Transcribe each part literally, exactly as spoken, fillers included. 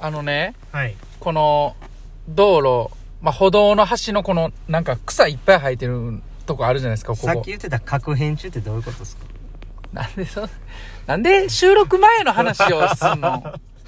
あのね、 はい、 この道路、まあ、歩道の端のこのなんか草いっぱい生えてるとこあるじゃないですか。ここさっき言ってた確変中ってどういうことですか？ なんでそなんで収録前の話をすんの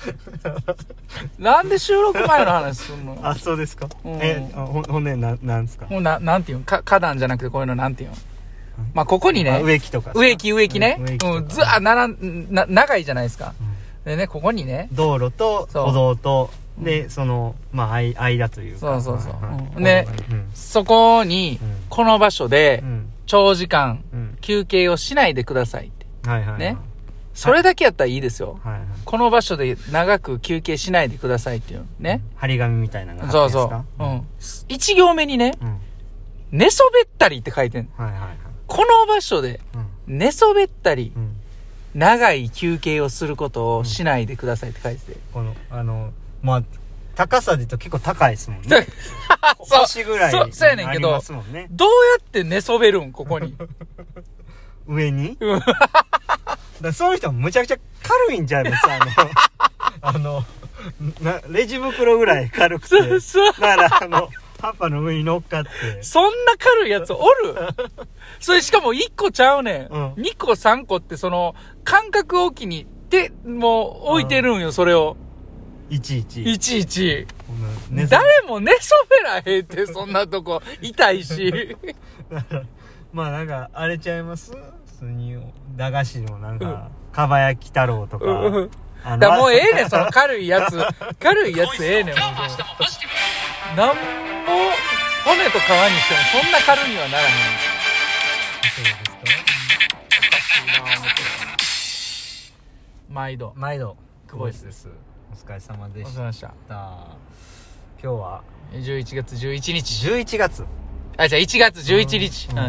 なんで収録前の話すんの？ あ、そうですか。 うん、 え、ほほんでななんですか？ ほんななんていうの、か花壇じゃなくてこういうのなんていうの？まあここにね、 植木とか植木植木ね、 植木とか、 うん、ずあならな長いじゃないですか。うん、でね、ここにね、 道路と歩道とで、そのまあ間というか、 そうそうそう。 はいはい、 うん、で、うん、そこに、うん、この場所で長時間休憩をしないでくださいって、 はいはいはい、 ね。それだけやったらいいですよ、 はいはい、この場所で長く休憩しないでくださいっていうね、 うん、張り紙みたいなのが貼ってるんですか？ そうそう、うん、一行目にね、うん、寝そべったりって書いてんの、はいはいはい、この場所で寝そべったり、うん、長い休憩をすることをしないでくださいって書いてて、 このあのまあ高さで言うと結構高いですもんね腰ぐらいありますもんね。 そうやねんけど、どうやって寝そべるんここに上にだそういう人もむちゃくちゃ軽いんちゃいます？あのあのなレジ袋ぐらい軽くて、そうそう、だからあの葉っぱの上に乗っかって、 そんな軽いやつおるそれしかもいっこちゃうねん、うん、にこさんこってその間隔置きにでもう置いてるんよ、それをいちいちいちいち誰も寝そべらへんってそんなとこ痛いしまあなんかあれちゃいます？普通に駄菓子のなんかかば焼き太郎とか、うん、 あだもうええねんその軽いやつ軽いやつええねんもうなんも骨と皮にしてもそんな軽にはならへん。そうですか？おかしいな思って毎度毎度久保井です。お疲れ様でした。お疲れ様でした。今日はじゅういちがつじゅういちにち。 じゅういちがつあ、じゃあいちがつじゅういちにち、うんうん、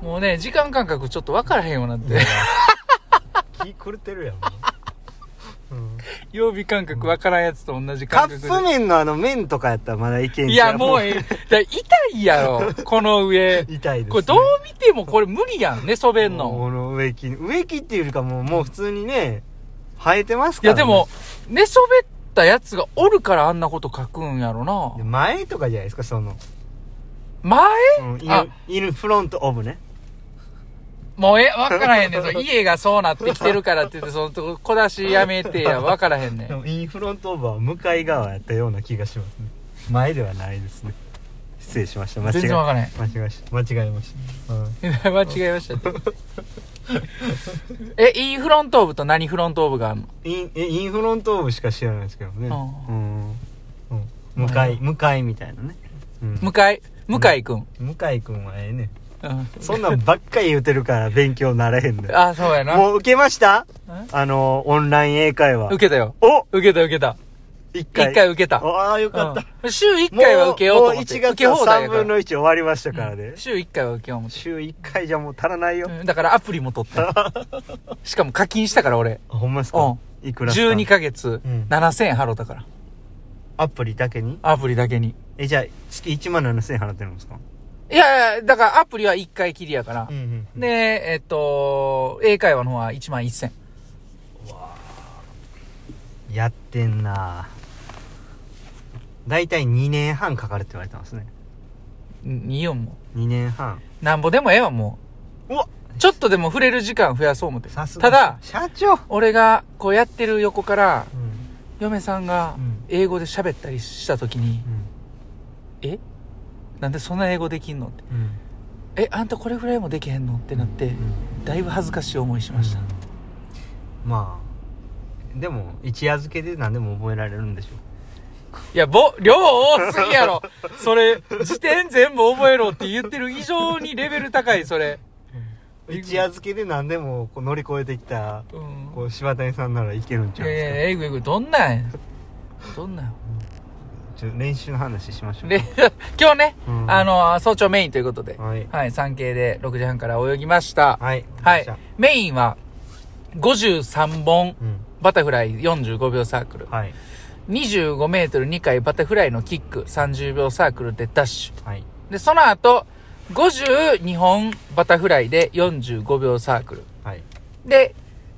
もうね時間感覚ちょっと分からへんようになって気狂ってるやんもう、うん、 曜日感覚分からんやつと同じ感覚で、 カップ麺のあの麺とかやったらまだいけんじゃん。 いやもうえだ痛いやろこの上痛いです、ね、 これどう見てもこれ無理やん寝そべんの。 この植木植木っていうよりかもうもう普通にね生えてますから、ね、 いやでも寝そべったやつがおるからあんなこと書くんやろな。 前とかじゃないですかその前、 うん、犬, 犬フロントオブね。 もうえ分からへんねんそ家がそうなってきてるからって言ってそのとこ小出しやめてや分からへんねん。 でもインフロントオブは向かい側やったような気がしますね。前ではないですね。失礼しました。間違え全然分からへん。 間違えました間違えました、うん、 間違えましたってえインフロントオブと何フロントオブがあるの？ インえインフロントオブしか知らないですけどね、うんうん、向かい向かいみたいなね、 うん、向かい向井くん向井くんはええね、うん、そんなんばっかり言うてるから勉強なれへんねんあ、そうやな。 もう受けました？あのオンライン英会話受けたよ。 お受けた受けた一回一回受けた。 ああよかった、 うん、週一回は受けようと思って。もういちがつはさんぶんのいち終わりましたからね、うん、 週一回は受けよう思って。 週一回じゃもう足らないよ、 うん、だからアプリも取ってしかも課金したから俺。 あほんまですか？うん、いくらじゅうにかげつななせんえん払ったから、 うん、アプリだけにアプリだけにえじゃあ月いちまんななせんえん払ってるんですか？ いやいやだからアプリはいっかいきりやから、うんうんうん、でえっと英会話の方はいちまんせんえん。 うわやってんな。だいたいにねんはんかかるって言われてますね。 によんもにねんはんなんぼでもええわもう。うわちょっとでも触れる時間増やそう思って。 さすがただ社長俺がこうやってる横から、うん、嫁さんが英語で喋ったりした時に、うん、えなんでそんな英語できんのって、うん、えあんたこれぐらいもできへんのってなって、うん、だいぶ恥ずかしい思いしました、 うん、まあでも一夜漬けで何でも覚えられるんでしょ。 いやぼ量多すぎやろそれ辞典全部覚えろって言ってる以上にレベル高いそれ。 一夜漬けで何でもこう乗り越えてきた、うん、こう柴谷さんならいけるんちゃうんですか。 いやいやえぐえぐどんなんやどんなんちょ練習の話しましょう。 今日ね、うん、あの早朝メインということで、はい、はい、産経でろくじはんから泳ぎました。 はい、 はい、メインはごじゅうさんぼん、うん、バタフライよんじゅうごびょうサークル、はい、にじゅうごメートルにかいバタフライのキックさんじゅうびょうサークルでダッシュ、はい、でその後ごじゅうにほんバタフライでよんじゅうごびょうサークル、はい、で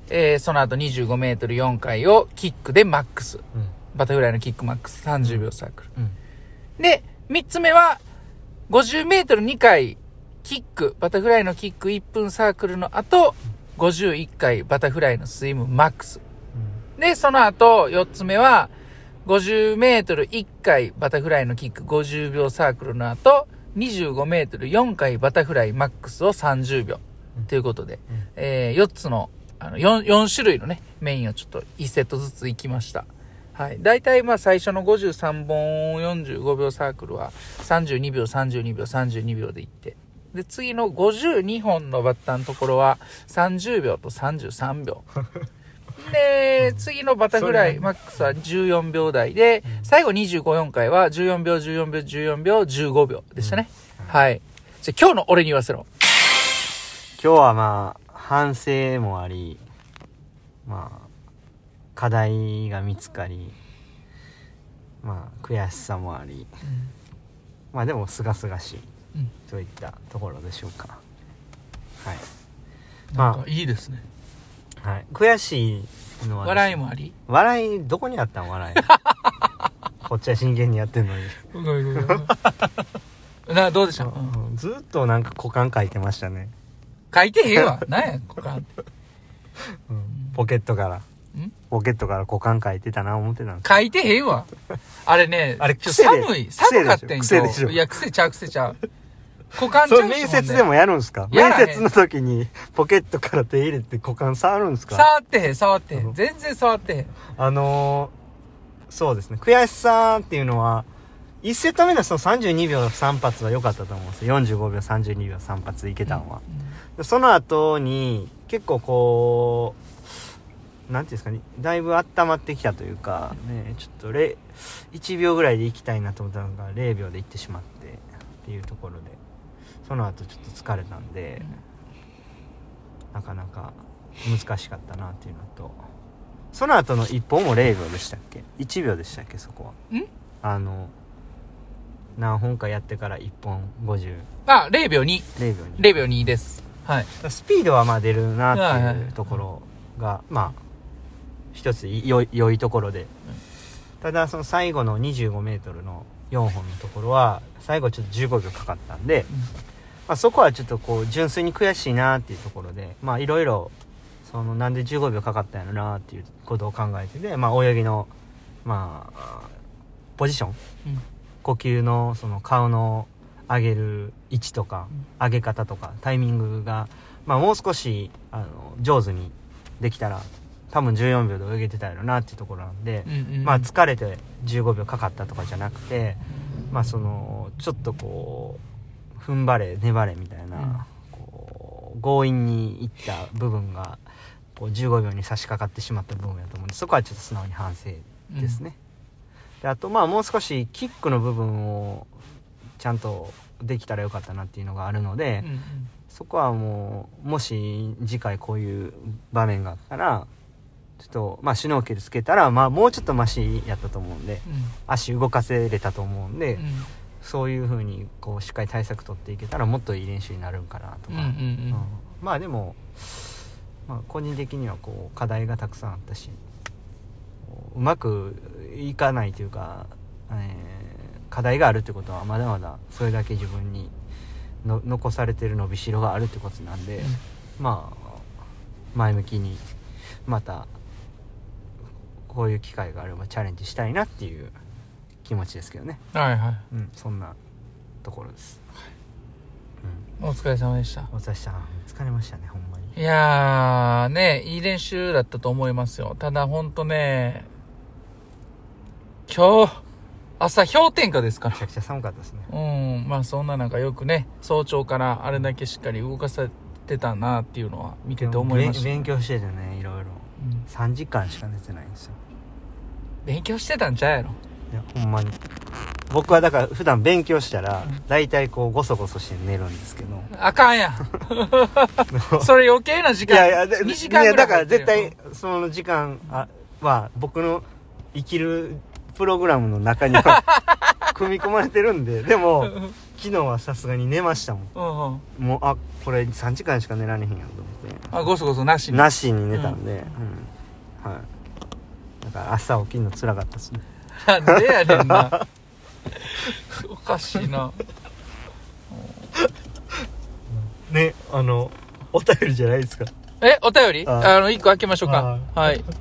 えー、その後にじゅうごメートルよんかいをキックでマックス。 うん、 バタフライのキックマックスさんじゅうびょうサークル。 うん、 で、みっつめはごじゅうメートルにかいキック、バタフライのキックいっぷんサークルの後、ごじゅういっかいバタフライのスイムマックス。うん、で、その後よっつめはごじゅうメートルいっかいバタフライのキックごじゅうびょうサークルの後、にじゅうごメートルよんかいバタフライマックスをさんじゅうびょう。うん、ということで、うん、えー、よっつの、あの 4, 4種類のね、メインをちょっといちセットずつ行きました。はい。だいたいまあ最初のごじゅうさんぼんよんじゅうごびょうサークルはさんじゅうにびょう、さんじゅうにびょう、さんじゅうにびょうで行って、で、次のごじゅうにほんのバッタのところはさんじゅうびょうとさんじゅうさんびょう。で、次のバタフライマックスはじゅうよんびょう台で、最後にじゅうご、よんかいはじゅうよんびょう、じゅうよんびょう、じゅうよんびょう、じゅうごびょうでしたね。うん、はい。じゃあ今日の俺に言わせろ。 今日はまあ、反省もあり、まあ、課題が見つかり、まあ、悔しさもあり、うん、まあでも、すがすがしい、うん、といったところでしょうか。はい。 なんかいいですね。 はい、悔しいのは笑いもあり笑いどこにあったん笑いこっちは真剣にやってんのにごめんごめんごめんなどうでした、うん、 ずっとなんか股間書いてましたね。 書いてへんわ何や股間、 うん、ポケットからポケットから股間書いてたな思ってたん書いてへんわあれねあれちょ寒い寒かったん癖でしょ。 いや癖ちゃう癖ちゃう股間ちゃうし。 面接でもやるんすか？面接の時にポケットから手入れて股間触るんすか？ 触ってへん触ってへん全然触ってへん。 あのー、そうですね、悔しさっていうのはいちセット目のそのさんじゅうにびょうさん発は良かったと思うんですよ。よんじゅうごびょうさんじゅうにびょうさん発いけたんは、うん、その後に結構こうなんていうんですかね、だいぶ温まってきたというかね、ちょっといちびょうぐらいで行きたいなと思ったのがぜろびょうで行ってしまってっていうところで、その後ちょっと疲れたんで、うん、なかなか難しかったなっていうのと、その後のいっぽんもぜろびょうでしたっけ？いちびょうでしたっけ？そこはんあの何本かやってからいっぽんごじゅうあぜろびょうにぜろびょうにぜろびょうにです。はい。 スピードはまあ出るなっていうところが、はいはい、まあ一つ良い、良いところで、うん、ただその最後のにじゅうごメートルのよんほんのところは最後ちょっとじゅうごびょうかかったんで、うん、まあ、そこはちょっとこう純粋に悔しいなっていうところで、まあいろいろそのなんでじゅうごびょうかかったんやろなっていうことを考えてて、まあ泳ぎのまあポジション、うん、呼吸のその顔の上げる位置とか、うん、上げ方とかタイミングが、まあ、もう少しあの上手にできたら多分じゅうよんびょうで泳げてたやろなっていうところなんで、うんうんうん、まあ疲れてじゅうごびょうかかったとかじゃなくて、まあそのちょっとこう踏ん張れ粘れみたいな、うん、こう強引にいった部分がこうじゅうごびょうに差し掛かってしまった部分だと思うんで、そこはちょっと素直に反省ですね、うん、であとまあもう少しキックの部分をちゃんとできたらよかったなっていうのがあるので、うんうん、そこはもうもし次回こういう場面があったらちょっとまあシュノーケルつけたらまあもうちょっとマシやったと思うんで、うん、足動かせれたと思うんで、うん、そういう風にこうしっかり対策取っていけたらもっといい練習になるんかなとか、うんうんうんうん、まあでも、まあ、個人的にはこう課題がたくさんあったしうまくいかないというか、えー課題があるってことはまだまだそれだけ自分にの残されてる伸びしろがあるってことなんで、うん、まあ前向きにまたこういう機会があればチャレンジしたいなっていう気持ちですけどね。 はいはい、 うん、そんなところです、はい、 うん、お疲れ様でした。 お疲れした疲れましたねほんまに。 いやーねいい練習だったと思いますよ。ただほんとね今日朝氷点下ですからめちゃくちゃ寒かったですね。 うんまあそんな中よくね早朝からあれだけしっかり動かされてたなっていうのは見てて思いました。 勉強しててねいろいろ、うん、さんじかんしか寝てないんですよ。 勉強してたんちゃうやろ。 いやほんまに僕はだから普段勉強したらだいたいこうゴソゴソして寝るんですけどあかんやんそれ余計な時間。いやいやにじかんぐらいいやだから絶対その時間は僕の生きるプログラムの中には組み込まれてるんで、でも昨日はさすがに寝ましたもん。 うんうん。 もうあこれさんじかんしか寝られへんやんと思ってあ、ゴソゴソなしに。 なしに寝たんで、うん、はい。だから朝起きるの辛かったですね。 なんでやねんな。おかしいな。 ね、あのお便りじゃないですか。 え、お便り？ ああの、一個開けましょうか。はい。おびん。いらっ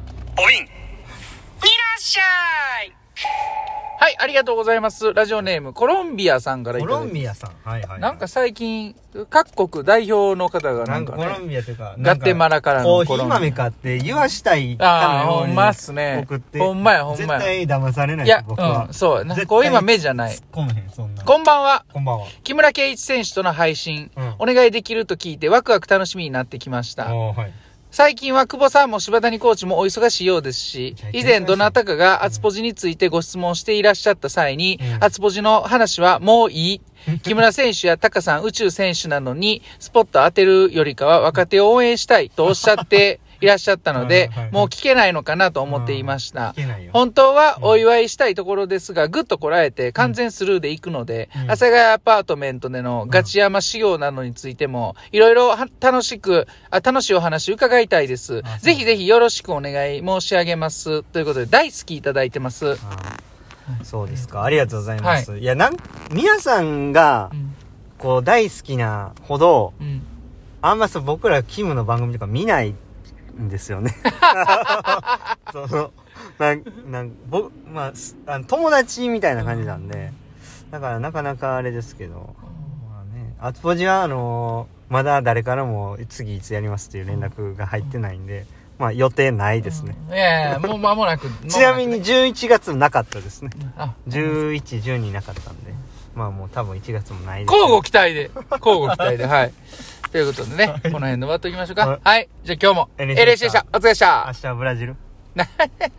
しゃい。はい、ありがとうございます。ラジオネーム、コロンビアさんからいただいて。 コロンビアさん。はいはい、はい。 なんか最近、各国代表の方がなんか、ね、 なんかコロンビアというか、 ガテマラからのコーヒー豆買って言わしたいかのように。ああ、ほんまっすね。 送って。 ほんまや、ほんまや。 絶対騙されない。 いや、 僕は。 うん、そう。コーヒー豆じゃない。 突っ込めへん、そんな。 こんばんは。 こんばんは。 木村敬一選手との配信、うん、お願いできると聞いてワクワク楽しみになってきました。はい、最近は久保さんも柴谷コーチもお忙しいようですし、以前どなたかが厚ポジについてご質問していらっしゃった際に、うん、厚ポジの話はもういい。木村選手やタカさん宇宙選手なのにスポット当てるよりかは若手を応援したいとおっしゃっていらっしゃったので、もう聞けないのかなと思っていました。本当はお祝いしたいところですが、ぐっとこらえて完全スルーで行くので、阿佐ヶ谷アパートメントでのガチ山修行などについても、いろいろ楽しく、あ楽しいお話伺いたいです。ぜひぜひよろしくお願い申し上げます。ということで、大好きいただいてます。 そうですか。ありがとうございます。はい、いや、なん、皆さんが、こう、大好きなほど、うん、あんまそう僕らキムの番組とか見ないんですよね。その、なん、なん、僕、まあ、あの友達みたいな感じなんで、だからなかなかあれですけど、まあね、アツポジはあのー、まだ誰からも次いつやりますっていう連絡が入ってないんで、まあ予定ないですね。 うん、いやいや、もう間もなく。 ちなみにじゅういちがつなかったですね。あ、じゅういち、じゅうになかったんで、まあもう多分いちがつもないです、ね。 交互期待で、交互期待で、はい。ということでね、はい、この辺で終わっておきましょうか。はい。じゃあ今日も エルエーシー でした。お疲れでした。 明日はブラジル。